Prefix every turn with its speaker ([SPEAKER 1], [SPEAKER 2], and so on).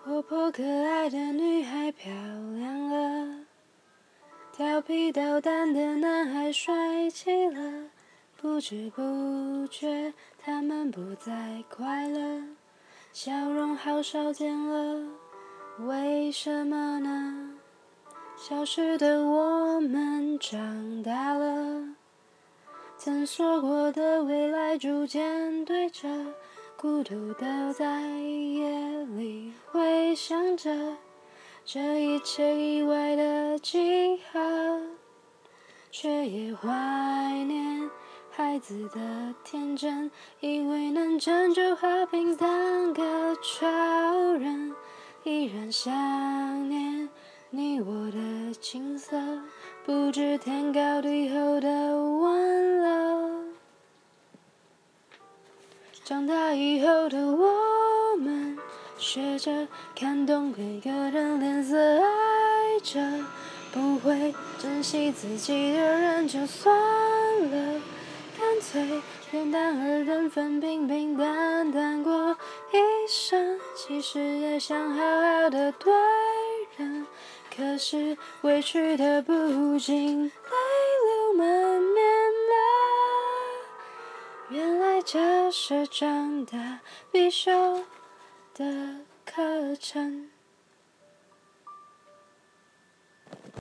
[SPEAKER 1] 活泼可爱的女孩漂亮了，调皮捣蛋的男孩帅气了，不知不觉他们不再快乐，笑容好少见了，为什么呢？小时的我们长大了，曾说过的未来逐渐对着，孤独的在夜里回想着这一切意外的集合，却也怀念孩子的天真，以为能拯救和平当个超人，依然想念你我的青涩，不知天高地厚的问了。长大以后的我们，学着看懂每个人脸色，爱着不会珍惜自己的人就算了，干脆简单而人分，平平淡淡过一生。其实也想好好的对人，可是委屈的不禁泪流满面了。原来这是长大必修的课程。